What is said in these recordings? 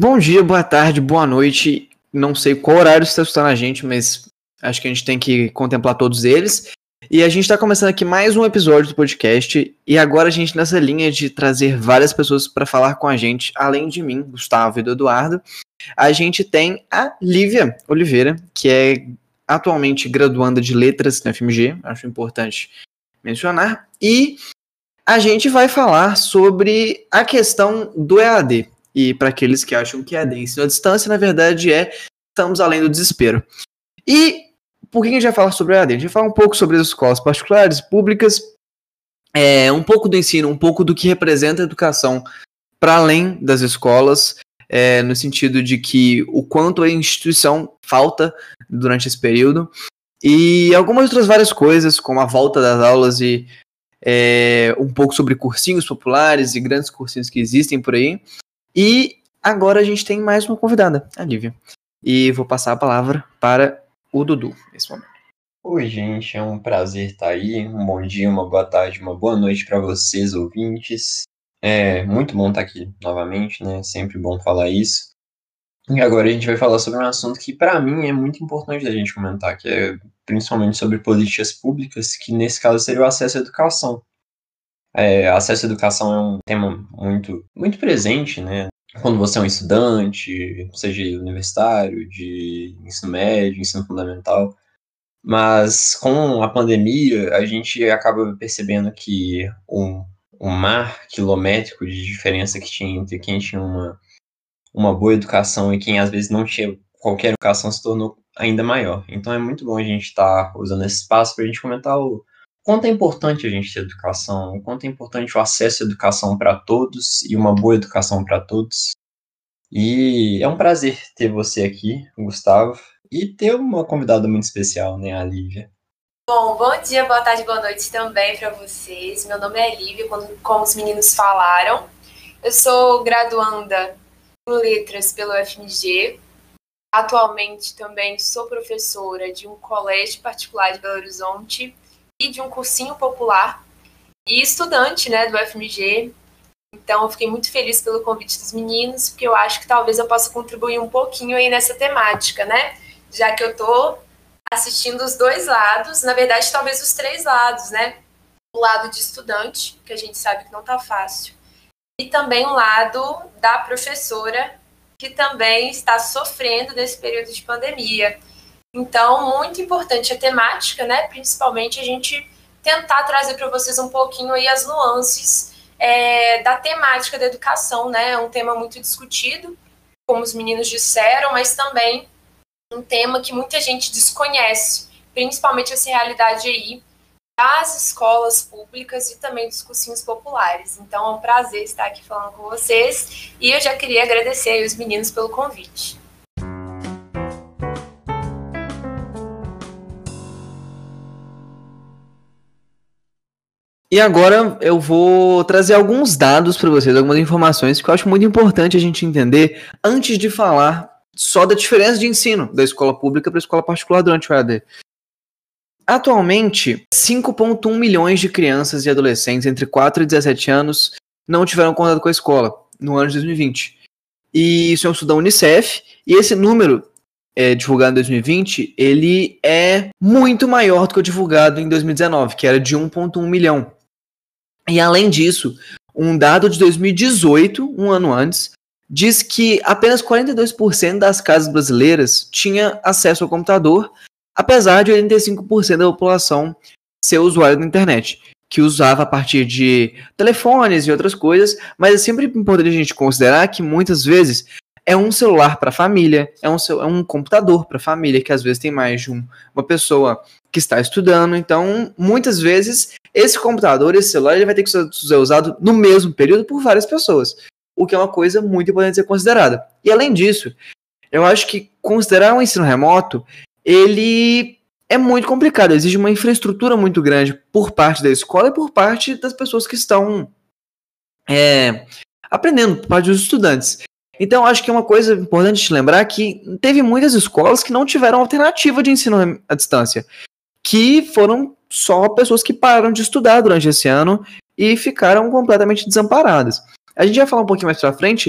Bom dia, boa tarde, boa noite. Não sei qual horário você está escutando a gente, mas acho que a gente tem que contemplar todos eles. E a gente está começando aqui mais um episódio do podcast. E agora a gente nessa linha de trazer várias pessoas para falar com a gente, além de mim, Gustavo e do Eduardo. A gente tem a Lívia Oliveira, que é atualmente graduanda de Letras na FMG, acho importante mencionar. E a gente vai falar sobre a questão do EAD. E para aqueles que acham que EAD ensino à distância, na verdade estamos além do desespero. E por que a gente vai falar sobre o EAD? A gente vai falar um pouco sobre as escolas particulares, públicas, um pouco do ensino, um pouco do que representa a educação para além das escolas, no sentido de que o quanto a instituição falta durante esse período, e algumas outras várias coisas, como a volta das aulas e um pouco sobre cursinhos populares e grandes cursinhos que existem por aí. E agora a gente tem mais uma convidada, a Lívia. E vou passar a palavra para o Dudu nesse momento. Oi, gente, é um prazer estar aí. Um bom dia, uma boa tarde, uma boa noite para vocês, ouvintes. É muito bom estar aqui novamente, né? Sempre bom falar isso. E agora a gente vai falar sobre um assunto que, para mim, é muito importante da gente comentar, que é principalmente sobre políticas públicas, que nesse caso seria o acesso à educação. Acesso à educação é um tema muito presente, né? Quando você é um estudante, seja universitário, de ensino médio, ensino fundamental. Mas com a pandemia, a gente acaba percebendo que um mar quilométrico de diferença que tinha entre quem tinha uma boa educação e quem às vezes não tinha qualquer educação se tornou ainda maior. Então é muito bom a gente estar usando esse espaço para a gente comentar o quanto é importante a gente ter educação, o quanto é importante o acesso à educação para todos e uma boa educação para todos. E é um prazer ter você aqui, Gustavo, e ter uma convidada muito especial, né, a Lívia. Bom dia, boa tarde, boa noite também para vocês. Meu nome é Lívia, como os meninos falaram. Eu sou graduanda em Letras pelo FMG. Atualmente também sou professora de um colégio particular de Belo Horizonte e de um cursinho popular e estudante, né, do FMG. Então eu fiquei muito feliz pelo convite dos meninos, porque eu acho que talvez eu possa contribuir um pouquinho aí nessa temática, né? Já que eu estou assistindo os dois lados, na verdade talvez os três lados, né? O lado de estudante, que a gente sabe que não está fácil, e também o lado da professora, que também está sofrendo nesse período de pandemia. Então, muito importante a temática, né? Principalmente a gente tentar trazer para vocês um pouquinho aí as nuances da temática da educação, né? É um tema muito discutido, como os meninos disseram, mas também um tema que muita gente desconhece, principalmente essa realidade aí das escolas públicas e também dos cursinhos populares. Então é um prazer estar aqui falando com vocês e eu já queria agradecer aí os meninos pelo convite. E agora eu vou trazer alguns dados para vocês, algumas informações que eu acho muito importante a gente entender antes de falar só da diferença de ensino da escola pública para a escola particular durante o EAD. Atualmente, 5,1 milhões de crianças e adolescentes entre 4 e 17 anos não tiveram contato com a escola no ano de 2020. E isso é um estudo da Unicef, e esse número divulgado em 2020, ele é muito maior do que o divulgado em 2019, que era de 1,1 milhão. E além disso, um dado de 2018, um ano antes, diz que apenas 42% das casas brasileiras tinha acesso ao computador, apesar de 85% da população ser usuário da internet, que usava a partir de telefones e outras coisas, mas é sempre importante a gente considerar que muitas vezes é um celular para a família, é um computador para a família, que às vezes tem mais de uma pessoa que está estudando. Então, muitas vezes, esse computador, esse celular, ele vai ter que ser usado no mesmo período por várias pessoas, o que é uma coisa muito importante ser considerada. E além disso, eu acho que considerar o ensino remoto, ele é muito complicado, exige uma infraestrutura muito grande por parte da escola e por parte das pessoas que estão aprendendo, por parte dos estudantes. Então, acho que é uma coisa importante de lembrar que teve muitas escolas que não tiveram alternativa de ensino à distância, que foram só pessoas que pararam de estudar durante esse ano e ficaram completamente desamparadas. A gente vai falar um pouquinho mais pra frente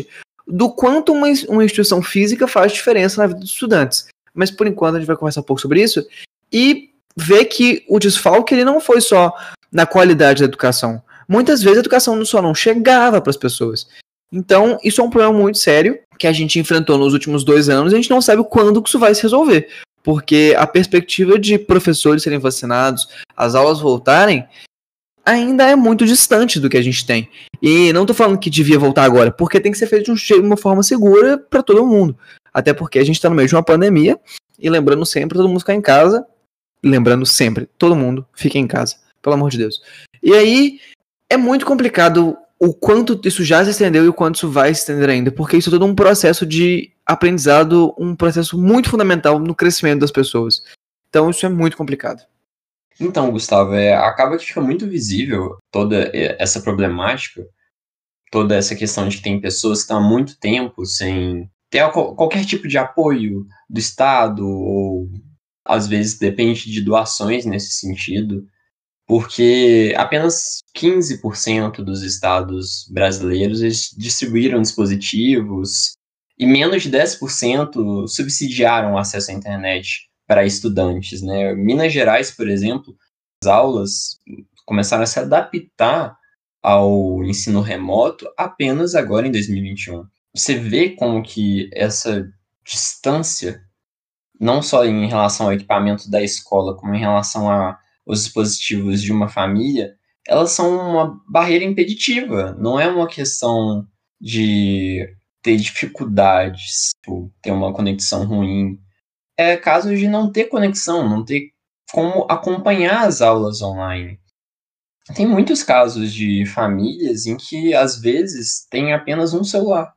do quanto uma instituição física faz diferença na vida dos estudantes. Mas por enquanto a gente vai conversar um pouco sobre isso e ver que o desfalque ele não foi só na qualidade da educação. Muitas vezes a educação só não chegava para as pessoas. Então, isso é um problema muito sério que a gente enfrentou nos últimos 2 anos e a gente não sabe quando que isso vai se resolver. Porque a perspectiva de professores serem vacinados, as aulas voltarem, ainda é muito distante do que a gente tem. E não estou falando que devia voltar agora, porque tem que ser feito de uma forma segura para todo mundo. Até porque a gente está no meio de uma pandemia e lembrando sempre, todo mundo ficar em casa. Lembrando sempre, todo mundo fica em casa, pelo amor de Deus. E aí, é muito complicado o quanto isso já se estendeu e o quanto isso vai se estender ainda, porque isso é todo um processo de aprendizado, um processo muito fundamental no crescimento das pessoas. Então, isso é muito complicado. Então, Gustavo, acaba que fica muito visível toda essa problemática, toda essa questão de que tem pessoas que estão há muito tempo sem ter qualquer tipo de apoio do Estado, ou às vezes depende de doações nesse sentido, porque apenas 15% dos estados brasileiros eles distribuíram dispositivos e menos de 10% subsidiaram o acesso à internet para estudantes, né? Minas Gerais, por exemplo, as aulas começaram a se adaptar ao ensino remoto apenas agora em 2021. Você vê como que essa distância, não só em relação ao equipamento da escola, como em relação aos dispositivos de uma família, elas são uma barreira impeditiva. Não é uma questão de ter dificuldades, tipo, ter uma conexão ruim. É caso de não ter conexão, não ter como acompanhar as aulas online. Tem muitos casos de famílias em que, às vezes, tem apenas um celular.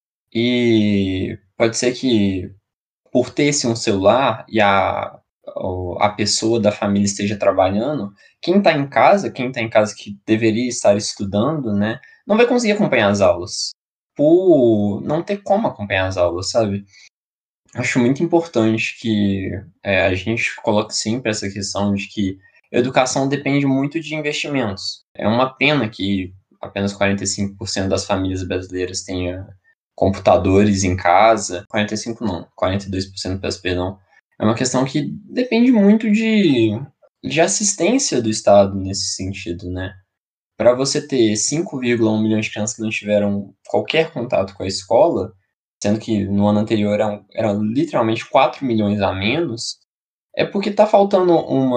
E pode ser que, por ter esse um celular e a pessoa da família esteja trabalhando, quem está em casa que deveria estar estudando, né, não vai conseguir acompanhar as aulas. Por não ter como acompanhar as aulas, sabe? Acho muito importante que a gente coloque sempre essa questão de que a educação depende muito de investimentos. É uma pena que apenas 45% das famílias brasileiras tenham computadores em casa. 45% não, 42%, peço perdão. É uma questão que depende muito de assistência do Estado nesse sentido, né? Para você ter 5,1 milhões de crianças que não tiveram qualquer contato com a escola, sendo que no ano anterior eram literalmente 4 milhões a menos, é porque está faltando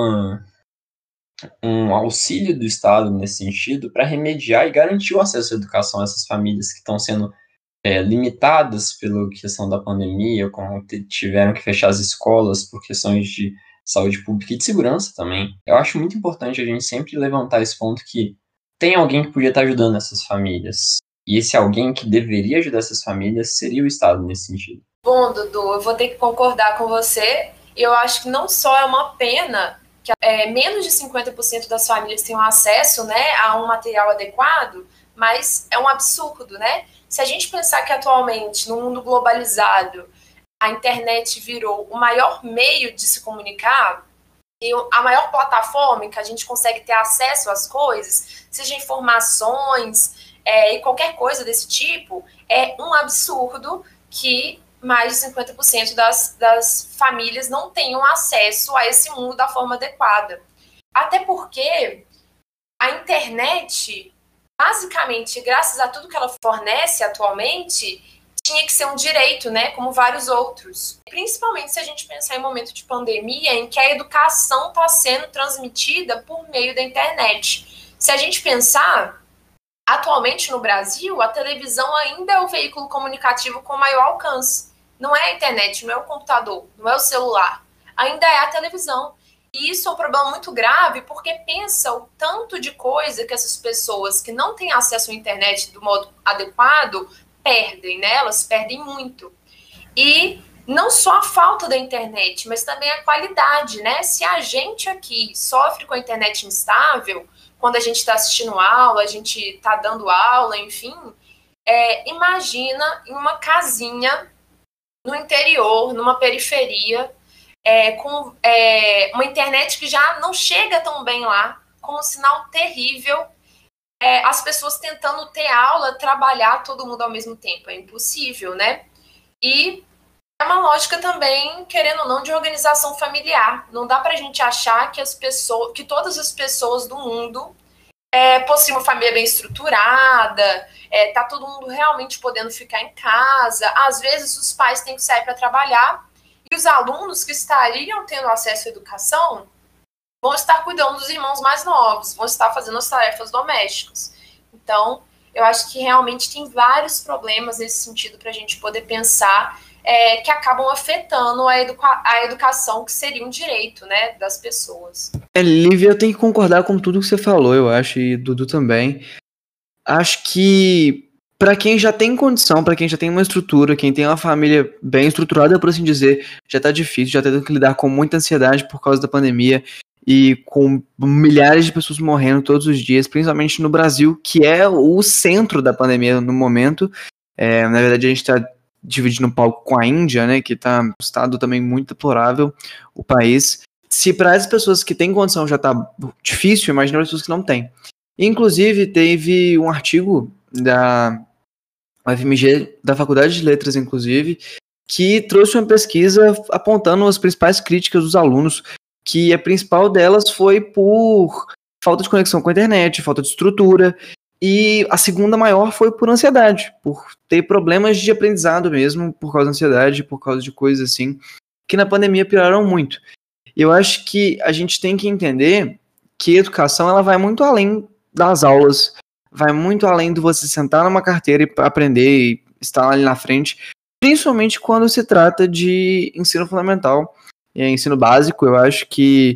um auxílio do Estado nesse sentido para remediar e garantir o acesso à educação a essas famílias que estão sendo limitadas pela questão da pandemia, como tiveram que fechar as escolas por questões de saúde pública e de segurança também. Eu acho muito importante a gente sempre levantar esse ponto que tem alguém que podia estar ajudando essas famílias. E esse alguém que deveria ajudar essas famílias seria o Estado nesse sentido. Bom, Dudu, eu vou ter que concordar com você. Eu acho que não só é uma pena que menos de 50% das famílias tenham acesso, né, a um material adequado, mas é um absurdo, né? Se a gente pensar que atualmente, no mundo globalizado, a internet virou o maior meio de se comunicar e a maior plataforma em que a gente consegue ter acesso às coisas, seja informações e qualquer coisa desse tipo, é um absurdo que mais de 50% das famílias não tenham acesso a esse mundo da forma adequada. Até porque a internet, basicamente, graças a tudo que ela fornece atualmente, tinha que ser um direito, né, como vários outros. Principalmente se a gente pensar em um momento de pandemia em que a educação está sendo transmitida por meio da internet. Se a gente pensar, atualmente no Brasil, a televisão ainda é o veículo comunicativo com maior alcance. Não é a internet, não é o computador, não é o celular. Ainda é a televisão. E isso é um problema muito grave, porque pensa o tanto de coisa que essas pessoas que não têm acesso à internet do modo adequado perdem, né? Elas perdem muito. E não só a falta da internet, mas também a qualidade, né? Se a gente aqui sofre com a internet instável, quando a gente está assistindo aula, a gente está dando aula, enfim, imagina em uma casinha no interior, numa periferia, com uma internet que já não chega tão bem lá, com um sinal terrível, as pessoas tentando ter aula, trabalhar todo mundo ao mesmo tempo. É impossível, né? E é uma lógica também, querendo ou não, de organização familiar. Não dá pra gente achar que todas as pessoas do mundo possuem uma família bem estruturada, tá todo mundo realmente podendo ficar em casa. Às vezes os pais têm que sair para trabalhar e os alunos que estariam tendo acesso à educação vão estar cuidando dos irmãos mais novos, vão estar fazendo as tarefas domésticas. Então, eu acho que realmente tem vários problemas nesse sentido para a gente poder pensar que acabam afetando a educação, que seria um direito, né, das pessoas. Lívia, eu tenho que concordar com tudo que você falou, eu acho, e Dudu também. Acho que para quem já tem condição, para quem já tem uma estrutura, quem tem uma família bem estruturada, por assim dizer, já tá difícil, já tá tendo que lidar com muita ansiedade por causa da pandemia e com milhares de pessoas morrendo todos os dias, principalmente no Brasil, que é o centro da pandemia no momento. Na verdade, a gente está dividindo o palco com a Índia, né, que tá um estado também muito deplorável, o país. Se para as pessoas que têm condição já tá difícil, imagina as pessoas que não têm. Inclusive, teve um artigo da UFMG, da Faculdade de Letras, inclusive, que trouxe uma pesquisa apontando as principais críticas dos alunos, que a principal delas foi por falta de conexão com a internet, falta de estrutura, e a segunda maior foi por ansiedade, por ter problemas de aprendizado mesmo, por causa da ansiedade, por causa de coisas assim, que na pandemia pioraram muito. E eu acho que a gente tem que entender que a educação ela vai muito além das aulas, vai muito além do você sentar numa carteira e aprender e estar ali na frente, principalmente quando se trata de ensino fundamental e ensino básico. Eu acho que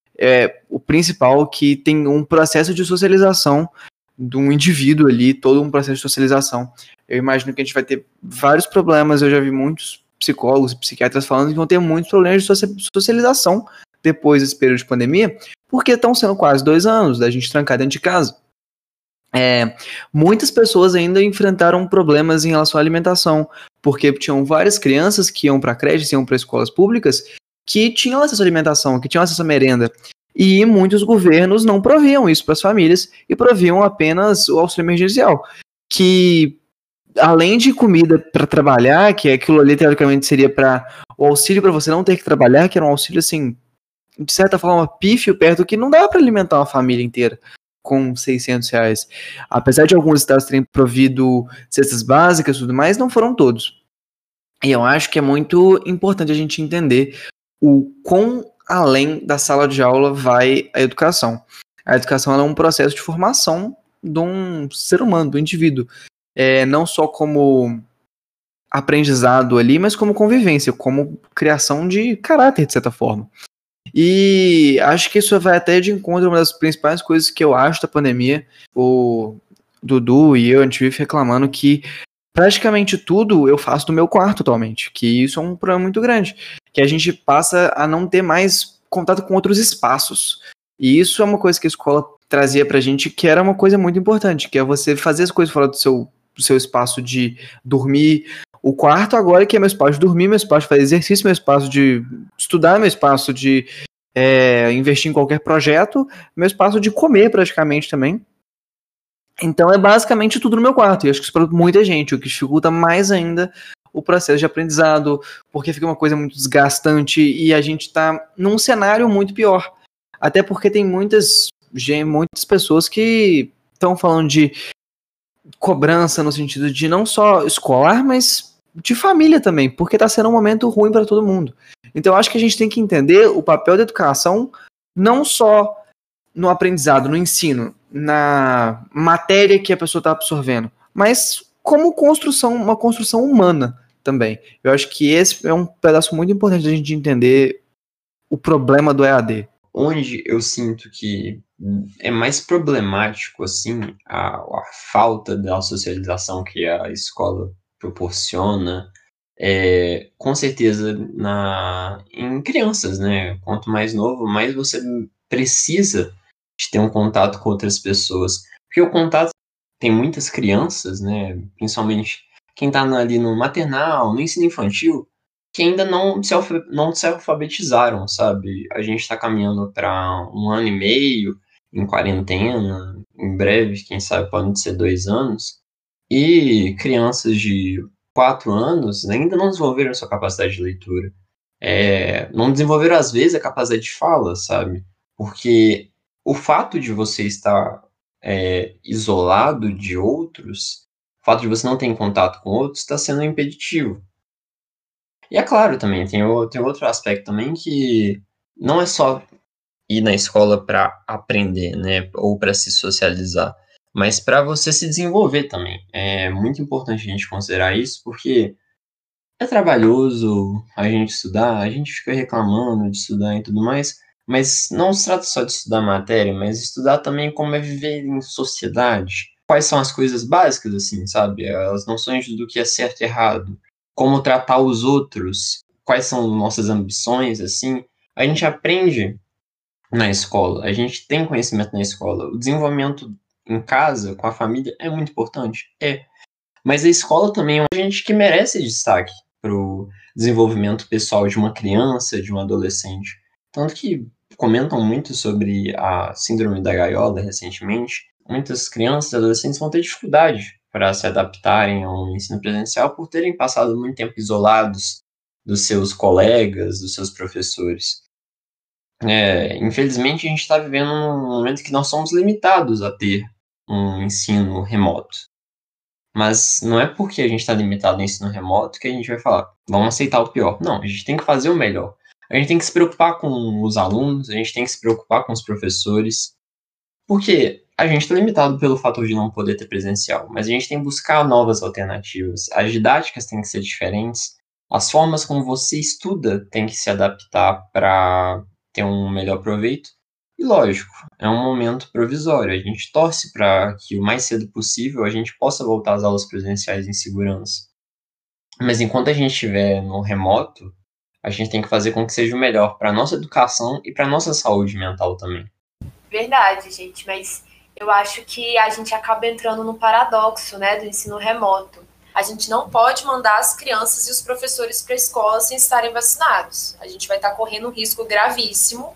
o principal que tem um processo de socialização de um indivíduo ali, todo um processo de socialização. Eu imagino que a gente vai ter vários problemas, eu já vi muitos psicólogos e psiquiatras falando que vão ter muitos problemas de socialização depois desse período de pandemia, porque estão sendo quase 2 anos da gente trancar dentro de casa. Muitas pessoas ainda enfrentaram problemas em relação à alimentação, porque tinham várias crianças que iam para creches, iam para escolas públicas, que tinham acesso à alimentação, que tinham acesso à merenda, e muitos governos não proviam isso para as famílias e proviam apenas o auxílio emergencial, que além de comida para trabalhar, que aquilo ali teoricamente seria para o auxílio para você não ter que trabalhar, que era um auxílio assim, de certa forma pífio, perto que não dá para alimentar uma família inteira com R$600. Apesar de alguns estados terem provido cestas básicas e tudo mais, não foram todos. E eu acho que é muito importante a gente entender o quão além da sala de aula vai a educação. A educação é um processo de formação de um ser humano, do indivíduo. Não só como aprendizado ali, mas como convivência, como criação de caráter, de certa forma. E acho que isso vai até de encontro a uma das principais coisas que eu acho da pandemia. O Dudu e eu, a gente vive reclamando que praticamente tudo eu faço do meu quarto atualmente, que isso é um problema muito grande, que a gente passa a não ter mais contato com outros espaços. E isso é uma coisa que a escola trazia pra gente, que era uma coisa muito importante, que é você fazer as coisas fora do seu espaço de dormir. O quarto agora que é meu espaço de dormir, meu espaço de fazer exercício, meu espaço de estudar, meu espaço de investir em qualquer projeto, meu espaço de comer praticamente também. Então é basicamente tudo no meu quarto, e acho que isso para muita gente, o que dificulta mais ainda o processo de aprendizado, porque fica uma coisa muito desgastante e a gente tá num cenário muito pior. Até porque tem muitas pessoas que estão falando de cobrança no sentido de não só escolar, mas de família também, porque tá sendo um momento ruim para todo mundo. Então eu acho que a gente tem que entender o papel da educação não só no aprendizado, no ensino, na matéria que a pessoa está absorvendo, mas como uma construção humana também. Eu acho que esse é um pedaço muito importante da gente entender o problema do EAD. Onde eu sinto que é mais problemático, assim, a falta da socialização que a escola proporciona, com certeza em crianças, né? Quanto mais novo, mais você precisa de ter um contato com outras pessoas. Porque o contato tem muitas crianças, né? Principalmente quem está ali no maternal, no ensino infantil, que ainda não se alfabetizaram, sabe? A gente está caminhando para 1 ano e meio, em quarentena, em breve, quem sabe podem ser 2 anos, e crianças de 4 anos ainda não desenvolveram sua capacidade de leitura. Não desenvolveram, às vezes, a capacidade de fala, sabe? Porque o fato de você estar isolado de outros, o fato de você não ter em contato com outros, está sendo impeditivo. E é claro também, tem outro aspecto também que não é só ir na escola para aprender, né, ou para se socializar, mas para você se desenvolver também. É muito importante a gente considerar isso, porque é trabalhoso a gente estudar, a gente fica reclamando de estudar e tudo mais, mas não se trata só de estudar matéria, mas estudar também como é viver em sociedade. Quais são as coisas básicas, assim, sabe? As noções do que é certo e errado, como tratar os outros, quais são nossas ambições, assim. A gente aprende na escola, a gente tem conhecimento na escola. O desenvolvimento em casa, com a família, é muito importante? É. Mas a escola também é uma gente que merece destaque para o desenvolvimento pessoal de uma criança, de um adolescente. Tanto que comentam muito sobre a síndrome da gaiola recentemente. Muitas crianças e adolescentes vão ter dificuldade para se adaptarem ao ensino presencial por terem passado muito tempo isolados dos seus colegas, dos seus professores. Infelizmente, a gente está vivendo um momento que nós somos limitados a ter um ensino remoto. Mas não é porque a gente está limitado no ensino remoto que a gente vai falar, vamos aceitar o pior. Não, a gente tem que fazer o melhor. A gente tem que se preocupar com os alunos, a gente tem que se preocupar com os professores, porque a gente está limitado pelo fator de não poder ter presencial, mas a gente tem que buscar novas alternativas. As didáticas têm que ser diferentes, as formas como você estuda têm que se adaptar para ter um melhor proveito. E lógico, é um momento provisório. A gente torce para que o mais cedo possível a gente possa voltar às aulas presenciais em segurança. Mas enquanto a gente estiver no remoto, a gente tem que fazer com que seja o melhor para a nossa educação e para a nossa saúde mental também. Verdade, gente, mas eu acho que a gente acaba entrando no paradoxo, né, do ensino remoto. A gente não pode mandar as crianças e os professores para a escola sem estarem vacinados. A gente vai estar correndo um risco gravíssimo.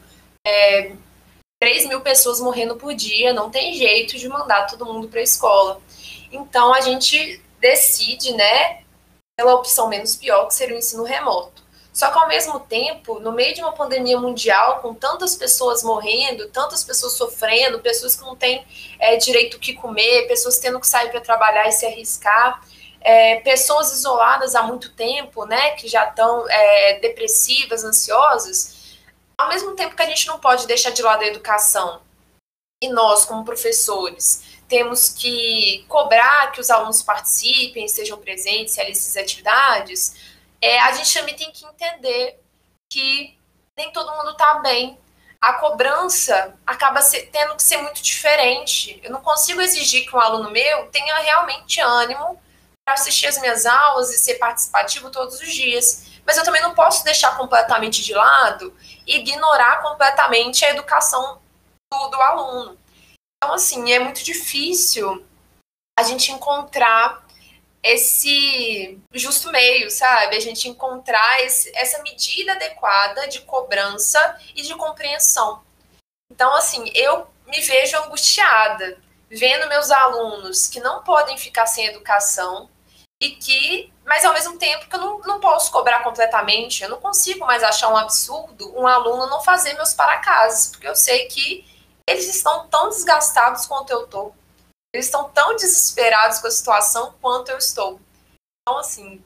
3.000 pessoas morrendo por dia, não tem jeito de mandar todo mundo para a escola. Então, a gente decide, né, pela opção menos pior, que seria o ensino remoto. Só que, ao mesmo tempo, no meio de uma pandemia mundial, com tantas pessoas morrendo, tantas pessoas sofrendo, pessoas que não têm direito ao que comer, pessoas tendo que sair para trabalhar e se arriscar, pessoas isoladas há muito tempo, né, que já estão depressivas, ansiosas, ao mesmo tempo que a gente não pode deixar de lado a educação, e nós, como professores, temos que cobrar que os alunos participem, sejam presentes, realizem essas atividades, a gente também tem que entender que nem todo mundo está bem. A cobrança acaba tendo que ser muito diferente. Eu não consigo exigir que um aluno meu tenha realmente ânimo para assistir as minhas aulas e ser participativo todos os dias. Mas eu também não posso deixar completamente de lado e ignorar completamente a educação do aluno. Então, assim, é muito difícil a gente encontrar esse justo meio, sabe? A gente encontrar essa medida adequada de cobrança e de compreensão. Então, assim, eu me vejo angustiada vendo meus alunos que não podem ficar sem educação mas ao mesmo tempo que eu não posso cobrar completamente, eu não consigo mais achar um absurdo um aluno não fazer meus para-casas, porque eu sei que eles estão tão desgastados quanto eu estou. Eles estão tão desesperados com a situação quanto eu estou. Então, assim,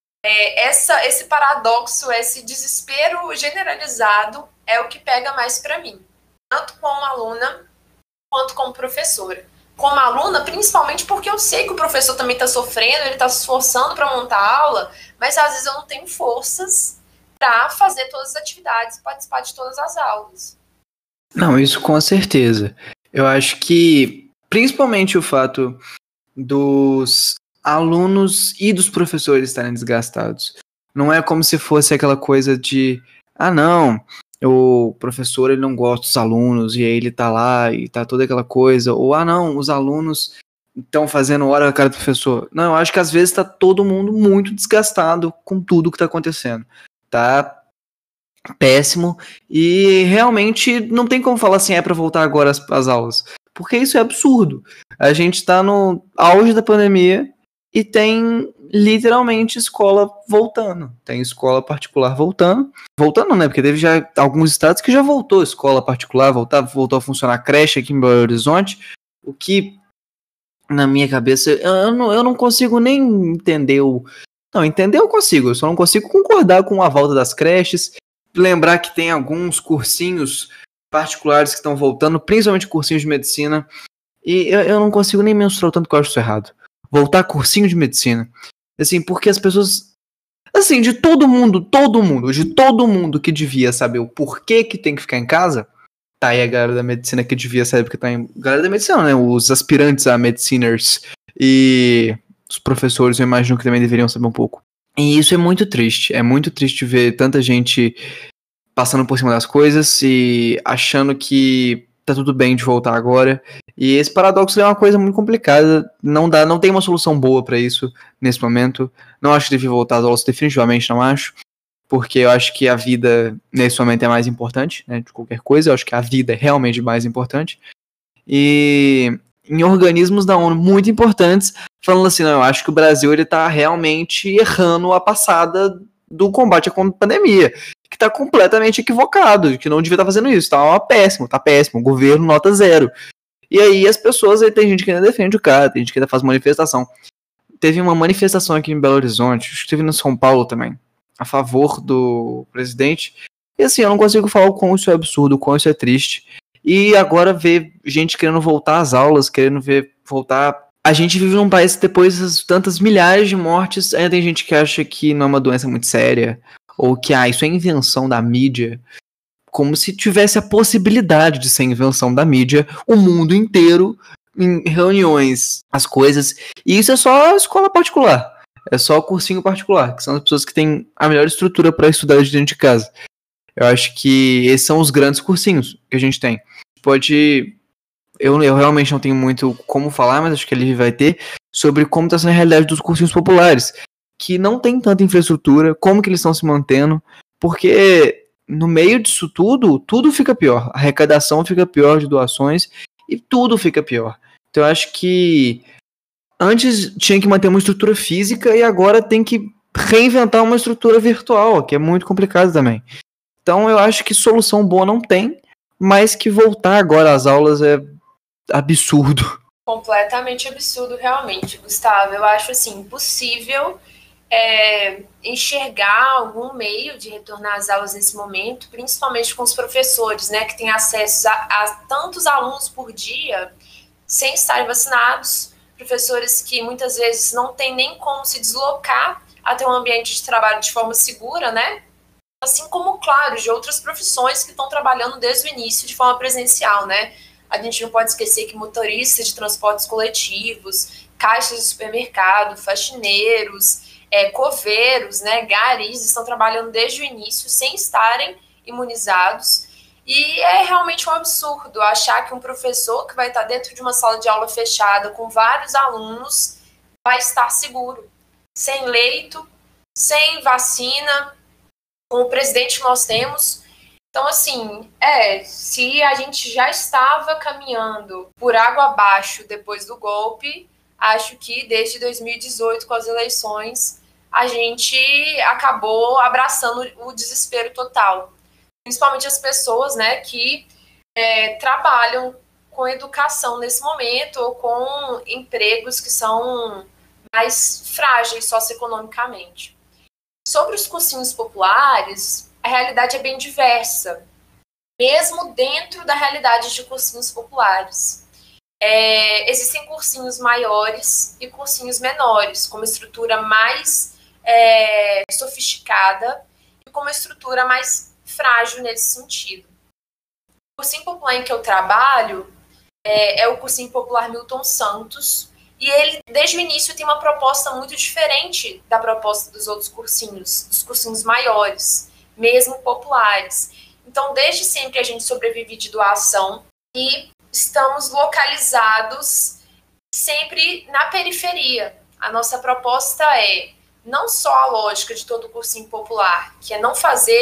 esse paradoxo, esse desespero generalizado é o que pega mais para mim. Tanto como aluna, quanto como professora. Como aluna, principalmente porque eu sei que o professor também está sofrendo, ele está se esforçando para montar a aula, mas às vezes eu não tenho forças para fazer todas as atividades, participar de todas as aulas. Não, isso com certeza. Eu acho que, principalmente o fato dos alunos e dos professores estarem desgastados. Não é como se fosse aquela coisa de, não, o professor ele não gosta dos alunos e aí ele tá lá e tá toda aquela coisa, ou não, os alunos estão fazendo hora a cara do professor. Não, eu acho que às vezes tá todo mundo muito desgastado com tudo que tá acontecendo. Tá péssimo, e realmente não tem como falar assim, é para voltar agora às aulas, porque isso é absurdo. A gente tá no auge da pandemia e tem literalmente escola voltando, tem escola particular voltando, né, porque teve já alguns estados que já voltou escola particular, voltou a funcionar creche aqui em Belo Horizonte, o que na minha cabeça, eu não consigo nem entender Não, entender eu consigo, eu só não consigo concordar com a volta das creches, lembrar que tem alguns cursinhos particulares que estão voltando, principalmente cursinhos de medicina, e eu não consigo nem mensurar o tanto que eu acho isso errado. Voltar cursinho de medicina. Assim, porque as pessoas... Assim, de todo mundo que devia saber o porquê que tem que ficar em casa, tá aí a galera da medicina que devia saber porque tá em... Galera da medicina, né? Os aspirantes a mediciners e os professores, eu imagino que também deveriam saber um pouco. E isso é muito triste ver tanta gente passando por cima das coisas e achando que tá tudo bem de voltar agora. E esse paradoxo é uma coisa muito complicada, não tem uma solução boa pra isso nesse momento. Não acho que devia voltar às aulas, definitivamente não acho, porque eu acho que a vida nesse momento é mais importante, né, de qualquer coisa. Eu acho que a vida é realmente mais importante. E em organismos da ONU muito importantes, falando assim, não, eu acho que o Brasil ele tá realmente errando a passada do combate à pandemia, que tá completamente equivocado, que não devia estar fazendo isso, tá péssimo, governo nota 0. E aí as pessoas, aí tem gente que ainda defende o cara, tem gente que ainda faz manifestação. Teve uma manifestação aqui em Belo Horizonte, acho que teve no São Paulo também, a favor do presidente, e assim, eu não consigo falar o quão isso é absurdo, o quão isso é triste. E agora ver gente querendo voltar às aulas, querendo ver voltar... A gente vive num país que depois de tantas milhares de mortes, ainda tem gente que acha que não é uma doença muito séria, ou que, isso é invenção da mídia, como se tivesse a possibilidade de ser invenção da mídia, o mundo inteiro, em reuniões, as coisas, e isso é só escola particular, é só cursinho particular, que são as pessoas que têm a melhor estrutura para estudar de dentro de casa. Eu acho que esses são os grandes cursinhos que a gente tem. Pode... Eu realmente não tenho muito como falar, mas acho que ele vai ter, sobre como está sendo a realidade dos cursinhos populares, que não tem tanta infraestrutura, como que eles estão se mantendo, porque no meio disso tudo fica pior. A arrecadação fica pior de doações e tudo fica pior. Então eu acho que antes tinha que manter uma estrutura física e agora tem que reinventar uma estrutura virtual, que é muito complicado também. Então eu acho que solução boa não tem, mas que voltar agora às aulas é absurdo. Completamente absurdo, realmente, Gustavo. Eu acho assim, impossível enxergar algum meio de retornar às aulas nesse momento, principalmente com os professores, né, que têm acesso a tantos alunos por dia sem estarem vacinados, professores que muitas vezes não têm nem como se deslocar até um ambiente de trabalho de forma segura, né? Assim como, claro, de outras profissões que estão trabalhando desde o início de forma presencial, né? A gente não pode esquecer que motoristas de transportes coletivos, caixas de supermercado, faxineiros, coveiros, né, garis, estão trabalhando desde o início sem estarem imunizados. E é realmente um absurdo achar que um professor que vai estar dentro de uma sala de aula fechada com vários alunos vai estar seguro, sem leito, sem vacina, com o presidente que nós temos. Então, assim, se a gente já estava caminhando por água abaixo depois do golpe, acho que desde 2018, com as eleições, a gente acabou abraçando o desespero total. Principalmente as pessoas, né, que trabalham com educação nesse momento ou com empregos que são mais frágeis socioeconomicamente. Sobre os cursinhos populares, a realidade é bem diversa, mesmo dentro da realidade de cursinhos populares. Existem cursinhos maiores e cursinhos menores, com uma estrutura mais sofisticada e com uma estrutura mais frágil nesse sentido. O cursinho popular em que eu trabalho é o cursinho popular Milton Santos, e ele, desde o início, tem uma proposta muito diferente da proposta dos outros cursinhos, dos cursinhos maiores, mesmo populares. Então, desde sempre a gente sobrevive de doação e estamos localizados sempre na periferia. A nossa proposta é não só a lógica de todo cursinho popular, que é não fazer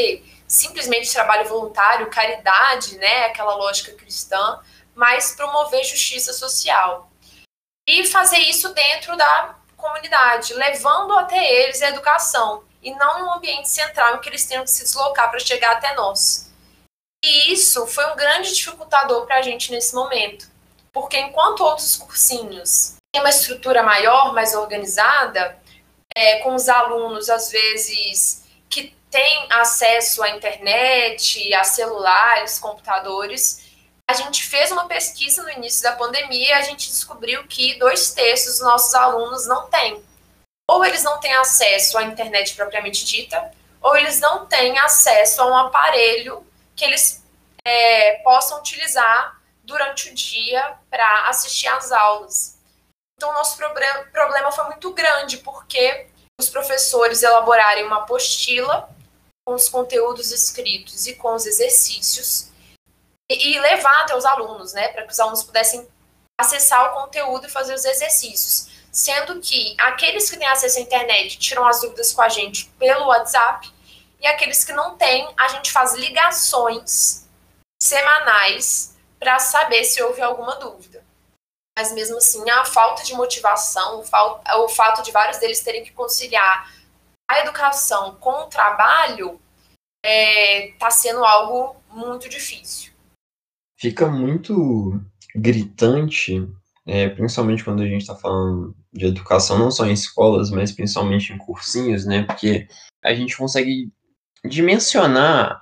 simplesmente trabalho voluntário, caridade, né, aquela lógica cristã, mas promover justiça social. E fazer isso dentro da comunidade, levando até eles a educação, e não em um ambiente central em que eles tenham que se deslocar para chegar até nós. E isso foi um grande dificultador para a gente nesse momento, porque enquanto outros cursinhos têm uma estrutura maior, mais organizada, com os alunos, às vezes, que têm acesso à internet, a celulares, computadores, a gente fez uma pesquisa no início da pandemia e a gente descobriu que 2/3 dos nossos alunos não têm. Ou eles não têm acesso à internet propriamente dita, ou eles não têm acesso a um aparelho que eles possam utilizar durante o dia para assistir às aulas. Então, o nosso problema foi muito grande, porque os professores elaborarem uma apostila com os conteúdos escritos e com os exercícios e levar até os alunos, né, para que os alunos pudessem acessar o conteúdo e fazer os exercícios. Sendo que aqueles que têm acesso à internet tiram as dúvidas com a gente pelo WhatsApp, e aqueles que não têm, a gente faz ligações semanais para saber se houve alguma dúvida. Mas mesmo assim, a falta de motivação, o fato de vários deles terem que conciliar a educação com o trabalho, está sendo algo muito difícil. Fica muito gritante, principalmente quando a gente está falando de educação, não só em escolas, mas principalmente em cursinhos, né? Porque a gente consegue dimensionar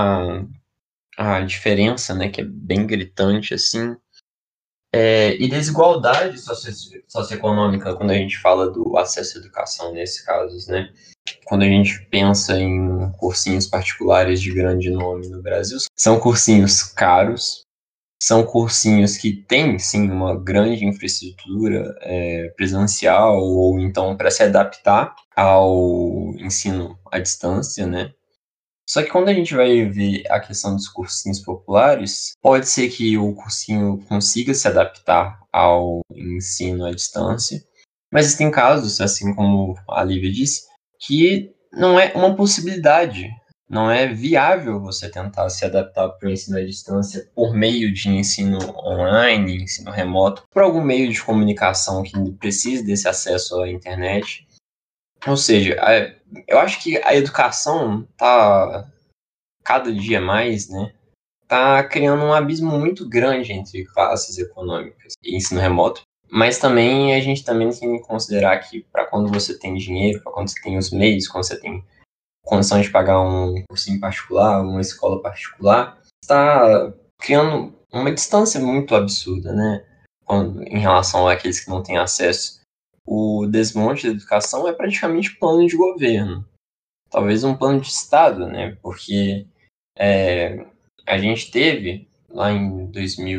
a diferença, né? Que é bem gritante, assim. E desigualdade socioeconômica quando a gente fala do acesso à educação, nesses casos, né? Quando a gente pensa em cursinhos particulares de grande nome no Brasil, são cursinhos caros, são cursinhos que têm, sim, uma grande infraestrutura presencial, ou então para se adaptar ao ensino à distância, né? Só que quando a gente vai ver a questão dos cursinhos populares, pode ser que o cursinho consiga se adaptar ao ensino à distância, mas existem casos, assim como a Lívia disse, que não é uma possibilidade, não é viável você tentar se adaptar para o ensino à distância por meio de ensino online, ensino remoto, por algum meio de comunicação que precise desse acesso à internet. Ou seja, eu acho que a educação está, cada dia mais, né, está criando um abismo muito grande entre classes econômicas e ensino remoto. Mas também a gente também tem que considerar que para quando você tem dinheiro, para quando você tem os meios, quando você tem condição de pagar um cursinho particular, uma escola particular, está criando uma distância muito absurda, né, em relação àqueles que não têm acesso. O desmonte da educação é praticamente plano de governo, talvez um plano de Estado, né, porque a gente teve lá em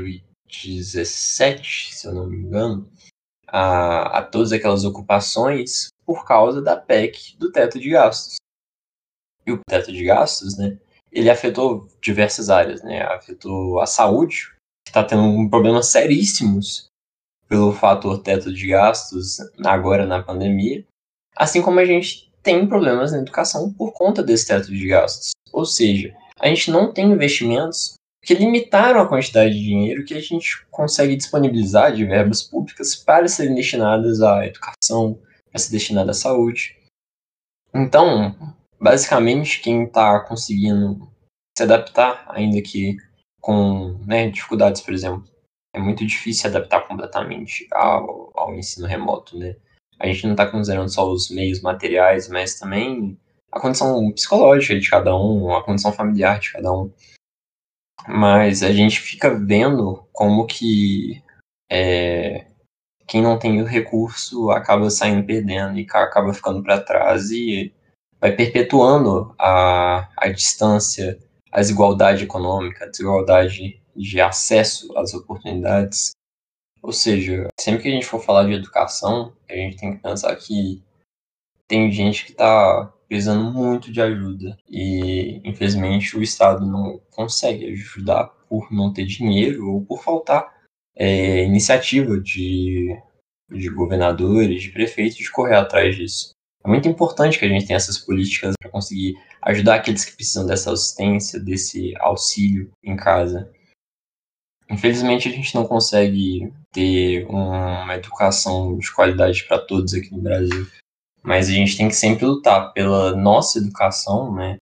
2017, se eu não me engano, a todas aquelas ocupações por causa da PEC do teto de gastos. E o teto de gastos, né, ele afetou diversas áreas, né, afetou a saúde, que está tendo problemas seríssimos pelo fator teto de gastos agora na pandemia, assim como a gente tem problemas na educação por conta desse teto de gastos. Ou seja, a gente não tem investimentos que limitaram a quantidade de dinheiro que a gente consegue disponibilizar de verbas públicas para serem destinadas à educação, para ser destinada à saúde. Então, basicamente, quem está conseguindo se adaptar, ainda que com dificuldades, por exemplo, é muito difícil se adaptar completamente ao ensino remoto, né? A gente não está considerando só os meios materiais, mas também a condição psicológica de cada um, a condição familiar de cada um. Mas a gente fica vendo como que quem não tem o recurso acaba saindo perdendo e acaba ficando para trás e vai perpetuando a distância, a desigualdade econômica, a desigualdade de acesso às oportunidades. Ou seja, sempre que a gente for falar de educação, a gente tem que pensar que tem gente que está precisando muito de ajuda e, infelizmente, o Estado não consegue ajudar por não ter dinheiro ou por faltar iniciativa de governadores, de prefeitos, de correr atrás disso. É muito importante que a gente tenha essas políticas para conseguir ajudar aqueles que precisam dessa assistência, desse auxílio em casa. Infelizmente, a gente não consegue ter uma educação de qualidade para todos aqui no Brasil, mas a gente tem que sempre lutar pela nossa educação, né?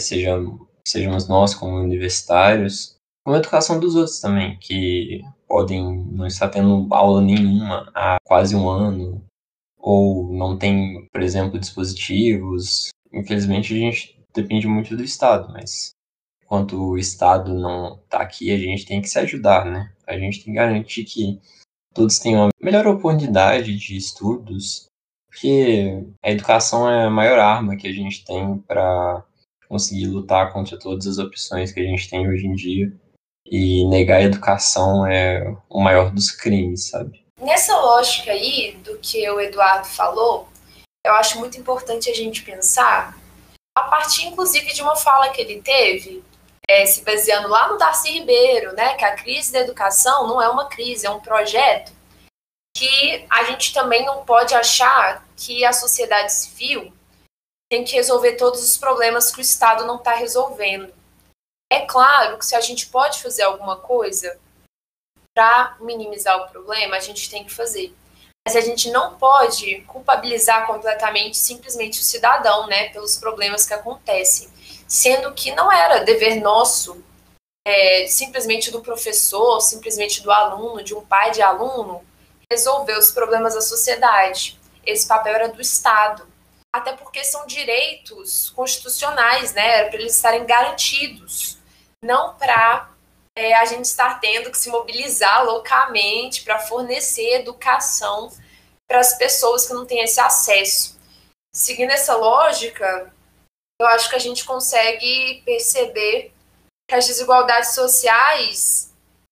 Sejamos nós como universitários, como a educação dos outros também, que podem não estar tendo aula nenhuma há quase um ano, ou não tem, por exemplo, dispositivos. Infelizmente, a gente depende muito do Estado, mas enquanto o Estado não está aqui, a gente tem que se ajudar, né? A gente tem que garantir que todos tenham a melhor oportunidade de estudos, porque a educação é a maior arma que a gente tem para conseguir lutar contra todas as opções que a gente tem hoje em dia. E negar a educação é o maior dos crimes, sabe? Nessa lógica aí do que o Eduardo falou, eu acho muito importante a gente pensar, a partir inclusive de uma fala que ele teve, se baseando lá no Darcy Ribeiro, né, que a crise da educação não é uma crise, é um projeto, que a gente também não pode achar que a sociedade civil tem que resolver todos os problemas que o Estado não está resolvendo. É claro que se a gente pode fazer alguma coisa para minimizar o problema, a gente tem que fazer. Mas a gente não pode culpabilizar completamente simplesmente o cidadão, né, pelos problemas que acontecem. Sendo que não era dever nosso, simplesmente do professor, simplesmente do aluno, de um pai de aluno, resolver os problemas da sociedade. Esse papel era do Estado. Até porque são direitos constitucionais, né, era para eles estarem garantidos. Não para a gente estar tendo que se mobilizar loucamente para fornecer educação para as pessoas que não têm esse acesso. Seguindo essa lógica, eu acho que a gente consegue perceber que as desigualdades sociais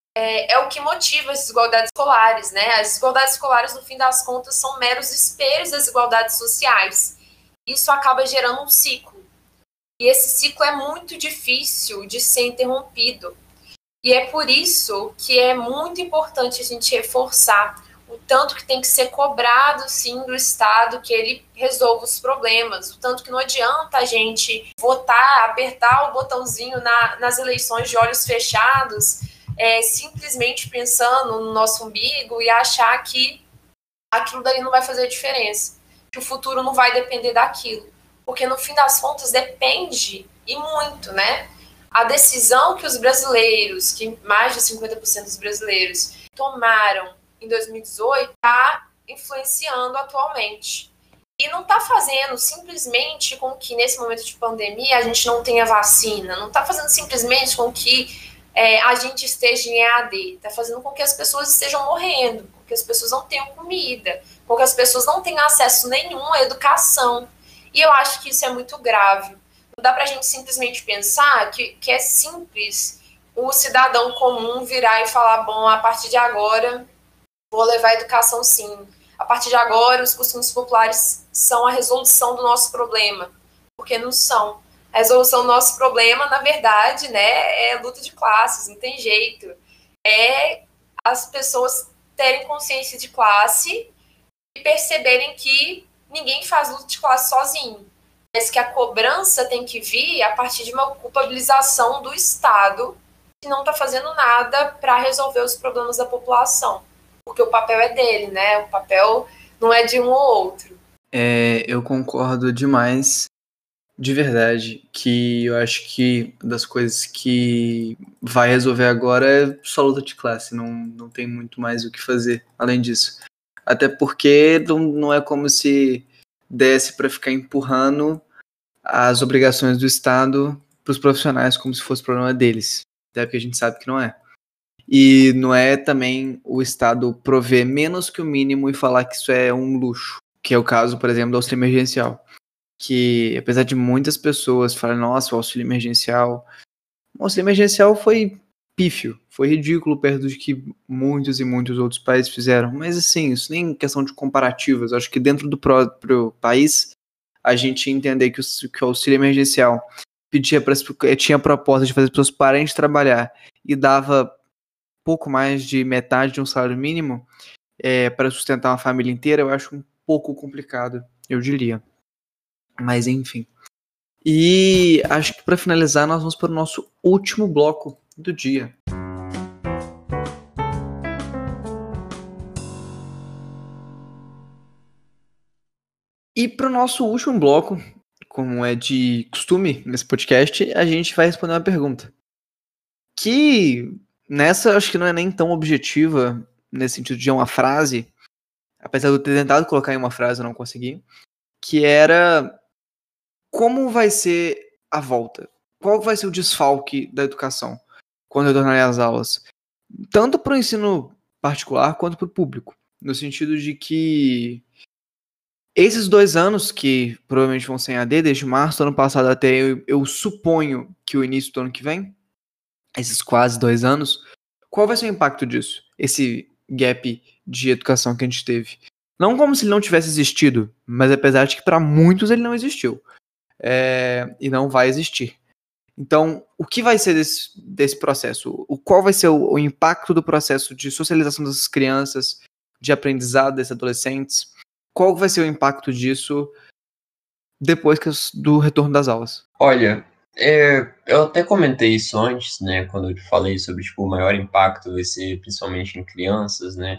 é o que motiva as desigualdades escolares, né? As desigualdades escolares, no fim das contas, são meros espelhos das desigualdades sociais. Isso acaba gerando um ciclo. E esse ciclo é muito difícil de ser interrompido. E é por isso que é muito importante a gente reforçar o tanto que tem que ser cobrado, sim, do Estado, que ele resolva os problemas. O tanto que não adianta a gente votar, apertar o botãozinho nas eleições de olhos fechados, simplesmente pensando no nosso umbigo e achar que aquilo dali não vai fazer diferença, que o futuro não vai depender daquilo. Porque, no fim das contas, depende, e muito, né? A decisão que os brasileiros, que mais de 50% dos brasileiros tomaram em 2018, está influenciando atualmente. E não está fazendo simplesmente com que, nesse momento de pandemia, a gente não tenha vacina. Não está fazendo simplesmente com que a gente esteja em EAD. Está fazendo com que as pessoas estejam morrendo, com que as pessoas não tenham comida, com que as pessoas não tenham acesso nenhum à educação. E eu acho que isso é muito grave. Não dá para a gente simplesmente pensar que é simples o cidadão comum virar e falar, bom, a partir de agora vou levar a educação sim. A partir de agora os costumes populares são a resolução do nosso problema. Porque não são. A resolução do nosso problema, na verdade, né, é luta de classes, não tem jeito. É as pessoas terem consciência de classe e perceberem que ninguém faz luta de classe sozinho. Mas que a cobrança tem que vir a partir de uma culpabilização do Estado que não está fazendo nada para resolver os problemas da população. Porque o papel é dele, né? O papel não é de um ou outro. Eu concordo demais, de verdade, que eu acho que das coisas que vai resolver agora é só luta de classe, não tem muito mais o que fazer além disso. Até porque não é como se desse para ficar empurrando as obrigações do Estado para os profissionais como se fosse problema deles. Até porque a gente sabe que não é. E não é também o Estado prover menos que o mínimo e falar que isso é um luxo, que é o caso, por exemplo, do auxílio emergencial. Que, apesar de muitas pessoas falarem, nossa, o auxílio emergencial foi pífio, foi ridículo perto do que muitos e muitos outros países fizeram. Mas, assim, isso nem questão de comparativas. Acho que dentro do próprio país, a gente entender que o auxílio emergencial tinha a proposta de fazer as pessoas pararem de trabalhar e dava pouco mais de metade de um salário mínimo para sustentar uma família inteira, eu acho um pouco complicado, eu diria. Mas enfim. E acho que para finalizar, nós vamos para o nosso último bloco do dia. E para o nosso último bloco, como é de costume nesse podcast, a gente vai responder uma pergunta. Que nessa acho que não é nem tão objetiva, nesse sentido de uma frase, apesar de eu ter tentado colocar em uma frase eu não consegui, que era como vai ser a volta? Qual vai ser o desfalque da educação quando retornarem às aulas? Tanto para o ensino particular quanto para o público. No sentido de que esses 2 anos, que provavelmente vão ser em AD, desde março do ano passado até eu suponho que o início do ano que vem, esses quase 2 anos, qual vai ser o impacto disso? Esse gap de educação que a gente teve. Não como se ele não tivesse existido, mas apesar de que para muitos ele não existiu. E não vai existir. Então, o que vai ser desse processo? Qual vai ser o impacto do processo de socialização dessas crianças, de aprendizado desses adolescentes? Qual vai ser o impacto disso depois do retorno das aulas? Olha, eu até comentei isso antes, né, quando eu falei sobre, tipo, o maior impacto vai ser principalmente em crianças, né,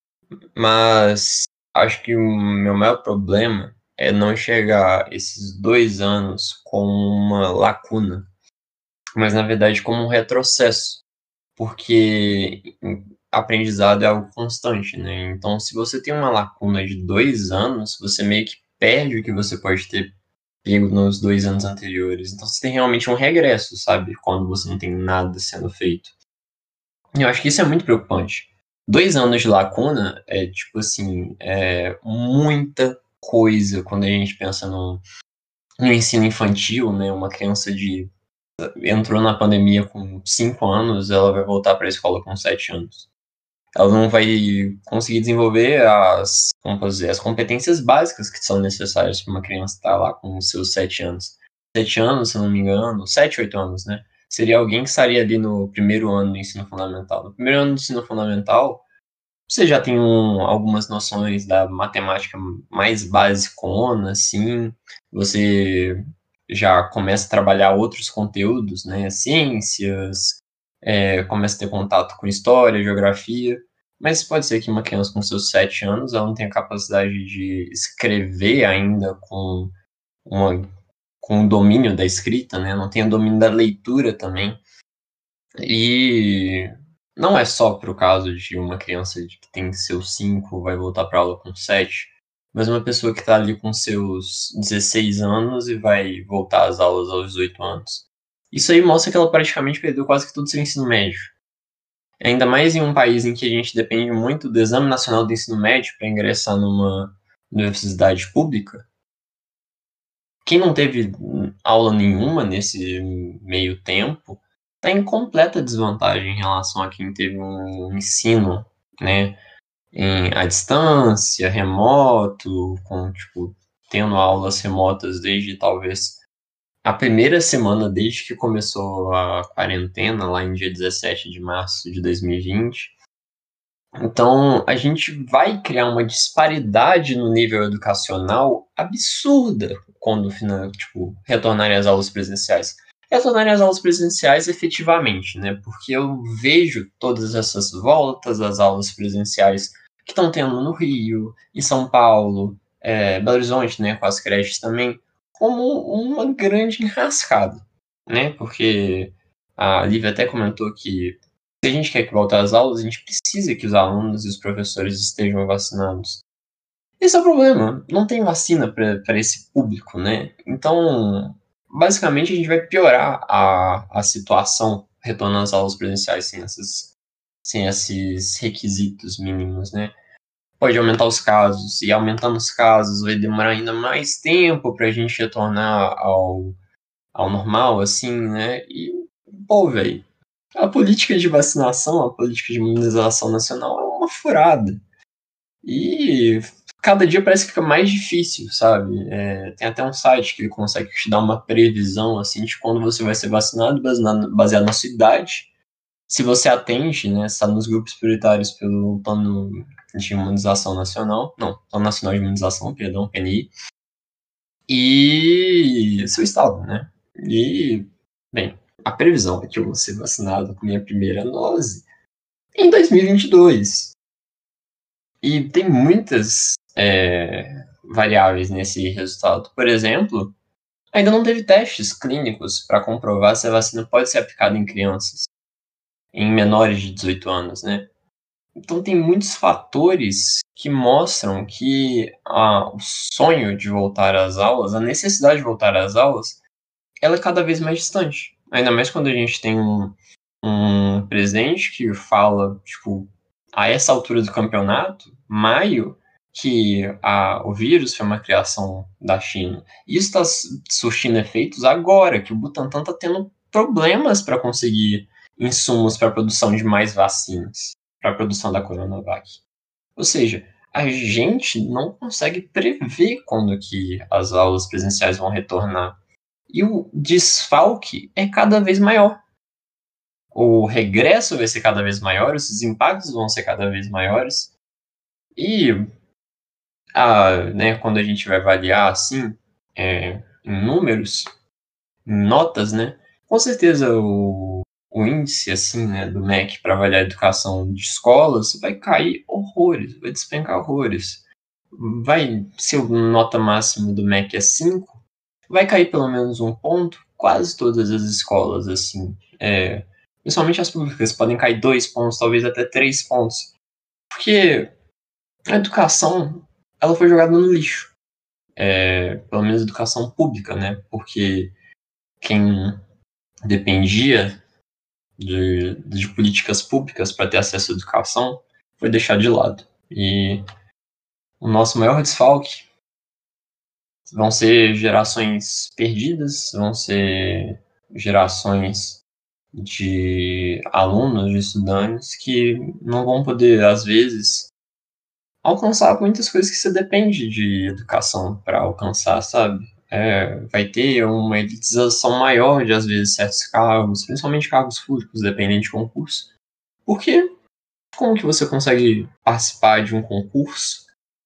mas acho que o meu maior problema é não enxergar esses 2 anos como uma lacuna, mas na verdade como um retrocesso, porque aprendizado é algo constante, né, então se você tem uma lacuna de 2 anos, você meio que perde o que você pode ter pego nos 2 anos anteriores. Então você tem realmente um regresso, sabe? Quando você não tem nada sendo feito. E eu acho que isso é muito preocupante. 2 anos de lacuna é, tipo assim, muita coisa quando a gente pensa no ensino infantil, né? Uma criança entrou na pandemia com 5 anos, ela vai voltar para a escola com 7 anos. Ela não vai conseguir desenvolver como dizer, as competências básicas que são necessárias para uma criança estar lá com os seus 7 anos. 7 anos, se não me engano, 7, 8 anos, né? Seria alguém que estaria ali no primeiro ano do ensino fundamental. No primeiro ano do ensino fundamental, você já tem algumas noções da matemática mais basicona, assim, você já começa a trabalhar outros conteúdos, né? Ciências, começa a ter contato com história, geografia, mas pode ser que uma criança com seus 7 anos ela não tenha capacidade de escrever ainda com o domínio da escrita, né? Não tenha domínio da leitura também. E não é só para o caso de uma criança que tem seus 5 vai voltar para aula com 7, mas uma pessoa que está ali com seus 16 anos e vai voltar às aulas aos 18 anos. Isso aí mostra que ela praticamente perdeu quase que todo o seu ensino médio. Ainda mais em um país em que a gente depende muito do Exame Nacional do Ensino Médio para ingressar numa universidade pública. Quem não teve aula nenhuma nesse meio tempo está em completa desvantagem em relação a quem teve um ensino, né, à distância, remoto, tendo aulas remotas desde talvez a primeira semana desde que começou a quarentena, lá em dia 17 de março de 2020. Então, a gente vai criar uma disparidade no nível educacional absurda quando retornarem às aulas presenciais. Retornarem às aulas presenciais efetivamente, né? Porque eu vejo todas essas voltas às aulas presenciais que estão tendo no Rio, em São Paulo, Belo Horizonte, né, com as creches também, como uma grande enrascada, né? Porque a Lívia até comentou que se a gente quer que volte às aulas, a gente precisa que os alunos e os professores estejam vacinados. Esse é o problema. Não tem vacina para esse público, né? Então, basicamente, a gente vai piorar a situação retornando às aulas presenciais sem esses requisitos mínimos, né? Pode aumentar os casos, e aumentando os casos vai demorar ainda mais tempo para a gente retornar ao normal, assim, né? E, pô, velho, a política de vacinação, a política de imunização nacional é uma furada. E cada dia parece que fica mais difícil, sabe? Tem até um site que ele consegue te dar uma previsão, assim, de quando você vai ser vacinado, baseado na sua idade. Se você atende, né, está nos grupos prioritários pelo Plano de Imunização Nacional, não, Plano Nacional de Imunização, perdão, PNI. e seu estado, né? E, bem, a previsão é que eu vou ser vacinado com minha primeira dose em 2022. E tem muitas variáveis nesse resultado. Por exemplo, ainda não teve testes clínicos para comprovar se a vacina pode ser aplicada em crianças, em menores de 18 anos, né? Então tem muitos fatores que mostram que o sonho de voltar às aulas, a necessidade de voltar às aulas, ela é cada vez mais distante. Ainda mais quando a gente tem um presidente que fala, tipo, a essa altura do campeonato, maio, que o vírus foi uma criação da China. Isso está surtindo efeitos agora, que o Butantan está tendo problemas para conseguir insumos para a produção de mais vacinas, para a produção da Coronavac. Ou seja, a gente não consegue prever quando que as aulas presenciais vão retornar. E o desfalque é cada vez maior. O regresso vai ser cada vez maior, os impactos vão ser cada vez maiores. E né, quando a gente vai avaliar assim, em números, em notas, né, com certeza o índice assim, né, do MEC para avaliar a educação de escolas vai cair horrores, vai despencar horrores. Se a nota máxima do MEC é 5, vai cair pelo menos 1 ponto, quase todas as escolas, assim, principalmente as públicas, podem cair 2 pontos, talvez até 3 pontos, porque a educação, ela foi jogada no lixo, pelo menos a educação pública, né, porque quem dependia de políticas públicas para ter acesso à educação foi deixado de lado, e o nosso maior desfalque vão ser gerações perdidas, vão ser gerações de alunos, de estudantes que não vão poder, às vezes, alcançar muitas coisas que você depende de educação para alcançar, sabe? Vai ter uma elitização maior de, às vezes, certos cargos, principalmente cargos públicos, dependendo de concurso. Porque como que você consegue participar de um concurso,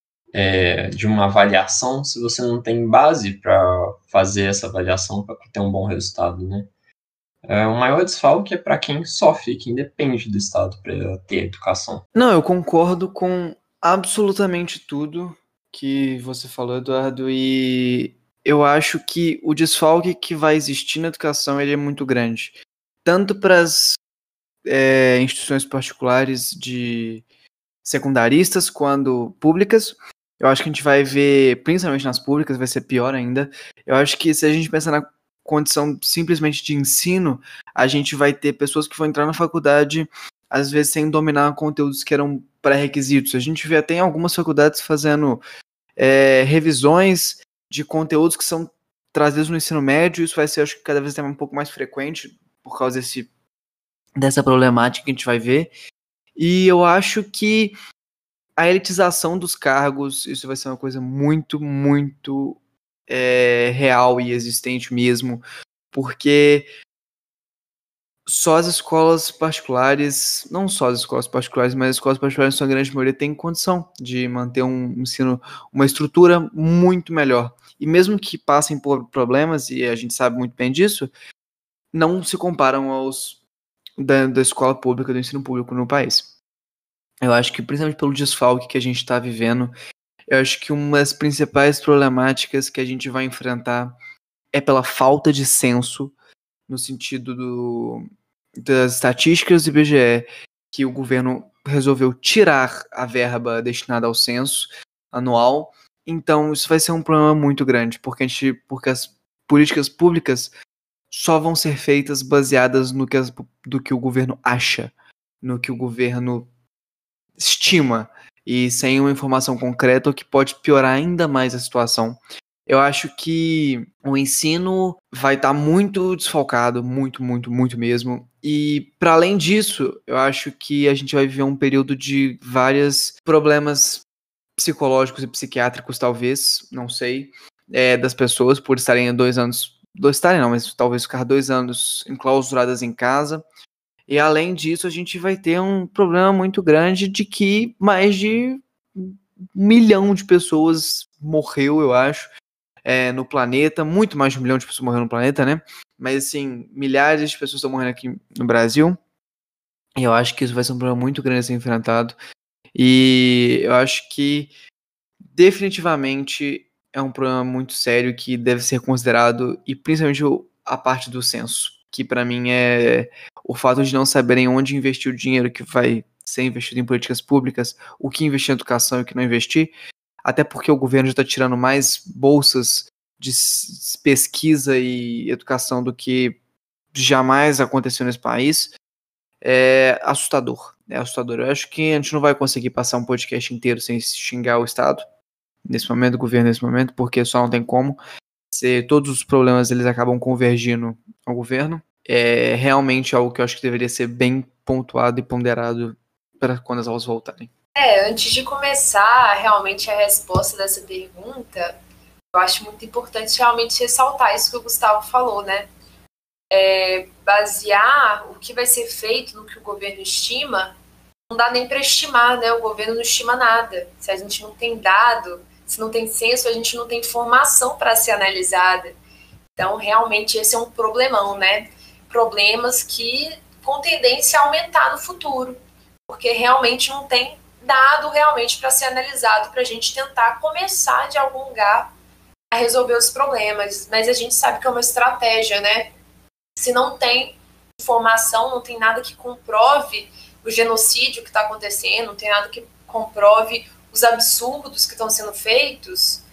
de uma avaliação, se você não tem base para fazer essa avaliação para ter um bom resultado, né? O maior desfalque é para quem sofre, quem depende do Estado para ter educação. Não, eu concordo com absolutamente tudo que você falou, Eduardo, e eu acho que o desfalque que vai existir na educação ele é muito grande. Tanto para as instituições particulares de secundaristas quanto públicas. Eu acho que a gente vai ver, principalmente nas públicas, vai ser pior ainda. Eu acho que se a gente pensar na condição simplesmente de ensino, a gente vai ter pessoas que vão entrar na faculdade, às vezes sem dominar conteúdos que eram pré-requisitos. A gente vê até em algumas faculdades fazendo revisões de conteúdos que são trazidos no ensino médio. Isso vai ser, acho que, cada vez um pouco mais frequente por causa dessa problemática que a gente vai ver. E eu acho que a elitização dos cargos, isso vai ser uma coisa muito, muito real e existente mesmo, porque só as escolas particulares, não só as escolas particulares, mas as escolas particulares, em sua grande maioria, têm condição de manter um ensino, uma estrutura muito melhor. E mesmo que passem por problemas, e a gente sabe muito bem disso, não se comparam aos da escola pública, do ensino público no país. Eu acho que, principalmente pelo desfalque que a gente está vivendo, eu acho que uma das principais problemáticas que a gente vai enfrentar é pela falta de censo, no sentido das estatísticas do IBGE, que o governo resolveu tirar a verba destinada ao censo anual. Então, isso vai ser um problema muito grande, porque as políticas públicas só vão ser feitas baseadas do que o governo acha, no que o governo estima, e sem uma informação concreta, o que pode piorar ainda mais a situação. Eu acho que o ensino vai estar muito desfalcado, muito, muito, muito mesmo. E, para além disso, eu acho que a gente vai viver um período de vários problemas psicológicos e psiquiátricos, talvez, não sei, das pessoas por estarem 2 anos... mas talvez ficar 2 anos enclausuradas em casa. E, além disso, a gente vai ter um problema muito grande de que mais de 1 milhão de pessoas morreu, eu acho, no planeta, muito mais de 1 milhão de pessoas morrendo no planeta, né? Mas, assim, milhares de pessoas estão morrendo aqui no Brasil, e eu acho que isso vai ser um problema muito grande a ser enfrentado, e eu acho que definitivamente é um problema muito sério que deve ser considerado, e principalmente a parte do censo, que para mim é o fato de não saberem onde investir o dinheiro que vai ser investido em políticas públicas, o que investir em educação e o que não investir, até porque o governo já está tirando mais bolsas de pesquisa e educação do que jamais aconteceu nesse país. É assustador. É assustador. Eu acho que a gente não vai conseguir passar um podcast inteiro sem xingar o Estado, nesse momento, o governo nesse momento, porque só não tem como. Se todos os problemas eles acabam convergindo ao governo. É realmente algo que eu acho que deveria ser bem pontuado e ponderado para quando as aulas voltarem. Antes de começar realmente a resposta dessa pergunta, eu acho muito importante realmente ressaltar isso que o Gustavo falou, né? Basear o que vai ser feito no que o governo estima, não dá nem para estimar, né? O governo não estima nada. Se a gente não tem dado, se não tem censo, a gente não tem informação para ser analisada. Então, realmente, esse é um problemão, né? Problemas que com tendência a aumentar no futuro, porque realmente não tem dado realmente para ser analisado, para a gente tentar começar de algum lugar a resolver os problemas. Mas a gente sabe que é uma estratégia, né? Se não tem informação, não tem nada que comprove o genocídio que está acontecendo, não tem nada que comprove os absurdos que estão sendo feitos,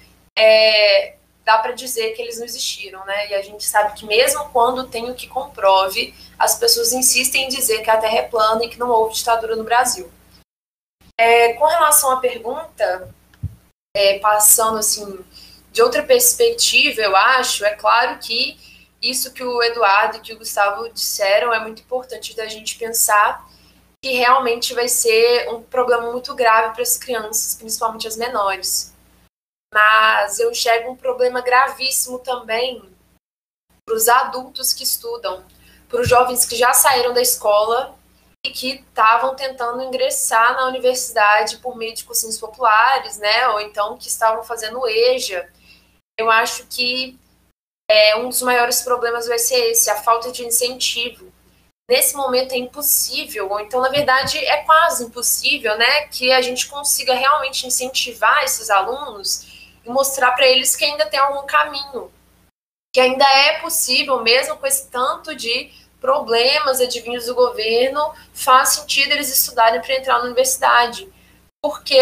dá para dizer que eles não existiram, né? E a gente sabe que mesmo quando tem o que comprove, as pessoas insistem em dizer que a Terra é plana e que não houve ditadura no Brasil. Com relação à pergunta, passando assim de outra perspectiva, eu acho, é claro que isso que o Eduardo e que o Gustavo disseram é muito importante da gente pensar que realmente vai ser um problema muito grave para as crianças, principalmente as menores. Mas eu enxergo um problema gravíssimo também para os adultos que estudam, para os jovens que já saíram da escola e que estavam tentando ingressar na universidade por meio de cursinhos populares, né? Ou então que estavam fazendo o EJA. Eu acho que um dos maiores problemas vai ser esse, a falta de incentivo. Nesse momento é impossível, ou então, na verdade, é quase impossível, né, que a gente consiga realmente incentivar esses alunos e mostrar para eles que ainda tem algum caminho, que ainda é possível, mesmo com esse tanto de problemas advindos do governo, faz sentido eles estudarem para entrar na universidade. Porque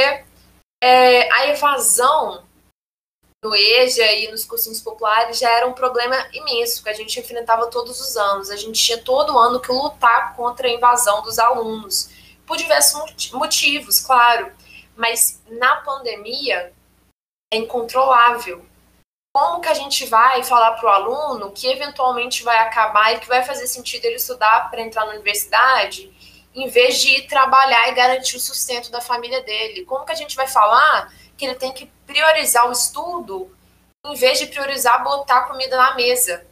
a evasão no EJA e nos cursinhos populares já era um problema imenso, que a gente enfrentava todos os anos. A gente tinha todo ano que lutar contra a invasão dos alunos, por diversos motivos, claro. Mas na pandemia é incontrolável. Como que a gente vai falar para o aluno que eventualmente vai acabar e que vai fazer sentido ele estudar para entrar na universidade, em vez de ir trabalhar e garantir o sustento da família dele? Como que a gente vai falar que ele tem que priorizar o estudo, em vez de priorizar botar comida na mesa,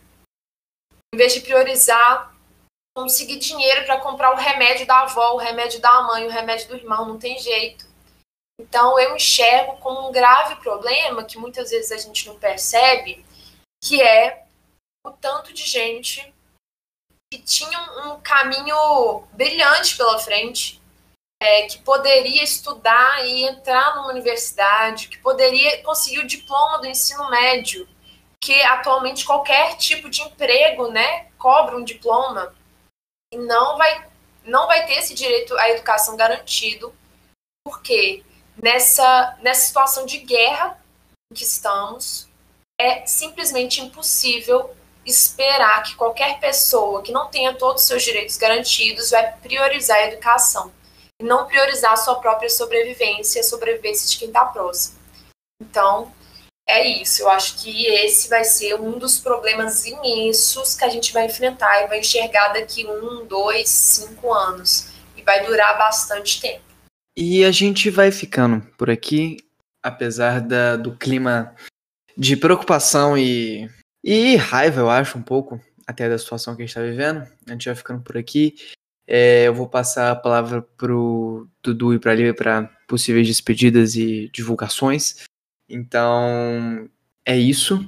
em vez de priorizar conseguir dinheiro para comprar o remédio da avó, o remédio da mãe, o remédio do irmão? Não tem jeito. Então eu enxergo como um grave problema que muitas vezes a gente não percebe, que é o tanto de gente que tinha um caminho brilhante pela frente, que poderia estudar e entrar numa universidade, que poderia conseguir o diploma do ensino médio, que atualmente qualquer tipo de emprego, né, cobra um diploma, e não vai ter esse direito à educação garantido, porque nessa situação de guerra em que estamos, é simplesmente impossível esperar que qualquer pessoa que não tenha todos os seus direitos garantidos vai priorizar a educação e não priorizar a sua própria sobrevivência, a sobrevivência de quem está próximo. Então, é isso. Eu acho que esse vai ser um dos problemas imensos que a gente vai enfrentar e vai enxergar daqui 1, 2, 5 anos. E vai durar bastante tempo. E a gente vai ficando por aqui, apesar do clima de preocupação e raiva, eu acho, um pouco, até da situação que a gente está vivendo. A gente vai ficando por aqui. Eu vou passar a palavra pro Dudu e pra Lívia para possíveis despedidas e divulgações. Então, é isso.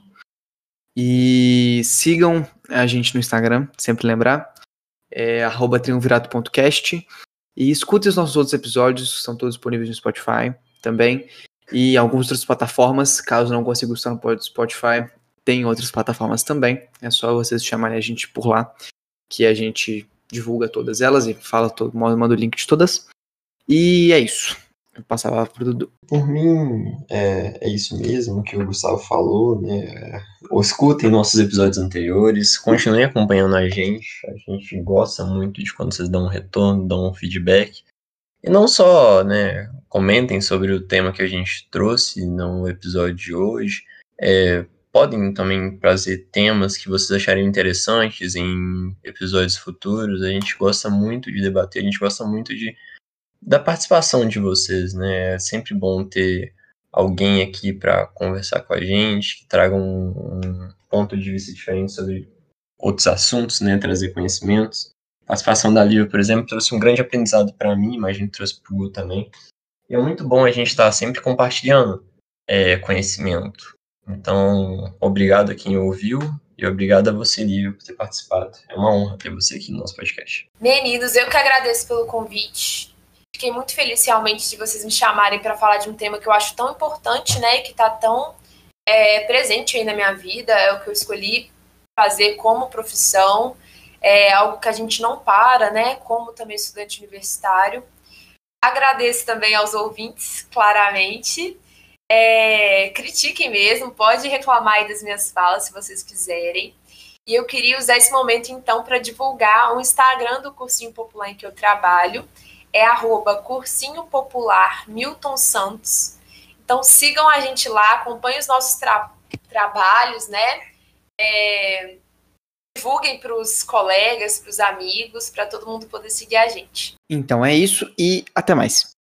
E sigam a gente no Instagram, sempre lembrar. @triunvirato.cast. E escutem os nossos outros episódios, são todos disponíveis no Spotify também. E algumas outras plataformas, caso não consiga estar no Spotify, tem outras plataformas também. É só vocês chamarem a gente por lá, que a gente divulga todas elas e manda o link de todas. E é isso. Eu passava pro Dudu. Por mim, é isso mesmo que o Gustavo falou, né? Escutem nossos episódios anteriores, continuem acompanhando a gente gosta muito de quando vocês dão um retorno, dão um feedback. E não só, né, comentem sobre o tema que a gente trouxe no episódio de hoje, podem também trazer temas que vocês acharem interessantes em episódios futuros. A gente gosta muito de debater, a gente gosta muito da participação de vocês, né? É sempre bom ter alguém aqui para conversar com a gente, que traga um ponto de vista diferente sobre outros assuntos, né? Trazer conhecimentos. A participação da Lívia, por exemplo, trouxe um grande aprendizado para mim, imagino que trouxe para o Gu também. E é muito bom a gente estar sempre compartilhando conhecimento. Então, obrigado a quem ouviu e obrigado a você, Lívia, por ter participado. É uma honra ter você aqui no nosso podcast. Meninos, eu que agradeço pelo convite. Fiquei muito feliz realmente de vocês me chamarem para falar de um tema que eu acho tão importante, né? E que está tão presente aí na minha vida. É o que eu escolhi fazer como profissão. É algo que a gente não para, né? Como também estudante universitário. Agradeço também aos ouvintes, claramente. Critiquem mesmo, pode reclamar aí das minhas falas se vocês quiserem. E eu queria usar esse momento, então, para divulgar o Instagram do Cursinho Popular em que eu trabalho. É @Cursinho Popular Milton Santos. Então, sigam a gente lá, acompanhem os nossos trabalhos, né? Divulguem para os colegas, para os amigos, para todo mundo poder seguir a gente. Então é isso e até mais.